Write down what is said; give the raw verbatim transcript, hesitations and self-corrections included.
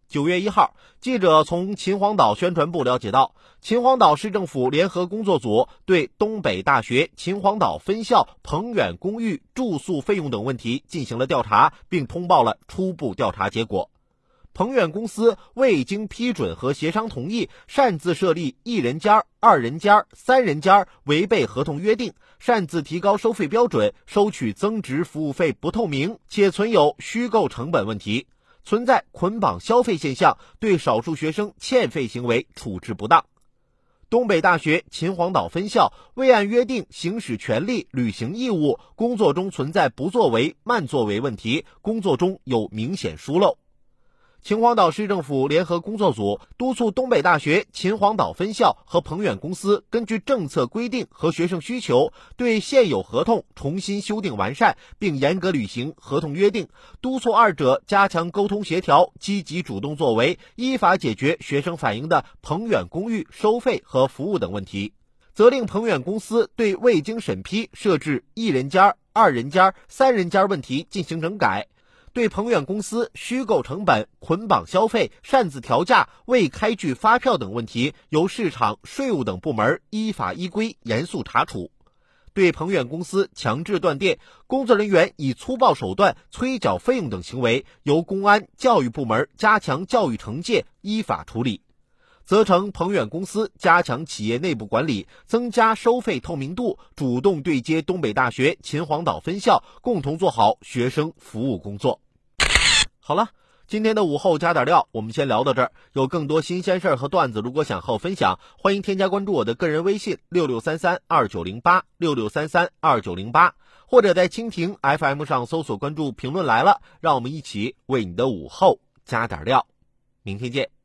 九月一号，记者从秦皇岛宣传部了解到，秦皇岛市政府联合工作组对东北大学秦皇岛分校鹏远公寓住宿费用等问题进行了调查，并通报了初步调查结果。鹏远公司未经批准和协商同意，擅自设立一人间、二人间、三人间，违背合同约定，擅自提高收费标准，收取增值服务费不透明，且存有虚构成本问题，存在捆绑消费现象，对少数学生欠费行为处置不当。东北大学秦皇岛分校未按约定行使权利、履行义务，工作中存在不作为、慢作为问题，工作中有明显疏漏。秦皇岛市政府联合工作组督促东北大学秦皇岛分校和鹏远公司根据政策规定和学生需求，对现有合同重新修订完善，并严格履行合同约定，督促二者加强沟通协调，积极主动作为，依法解决学生反映的鹏远公寓收费和服务等问题。责令鹏远公司对未经审批设置一人间、二人间、三人间问题进行整改，对鹏远公司虚构成本、捆绑消费、擅自调价、未开具发票等问题，由市场、税务等部门依法依规严肃查处。对鹏远公司强制断电、工作人员以粗暴手段催缴费用等行为，由公安、教育部门加强教育惩戒，依法处理。责成鹏远公司加强企业内部管理，增加收费透明度，主动对接东北大学秦皇岛分校，共同做好学生服务工作。好了，今天的午后加点料我们先聊到这儿，有更多新鲜事儿和段子，如果想和我分享，欢迎添加关注我的个人微信六六三三二九零八 六六三三二九零八，或者在蜻蜓 F M 上搜索关注评论来了，让我们一起为你的午后加点料。明天见。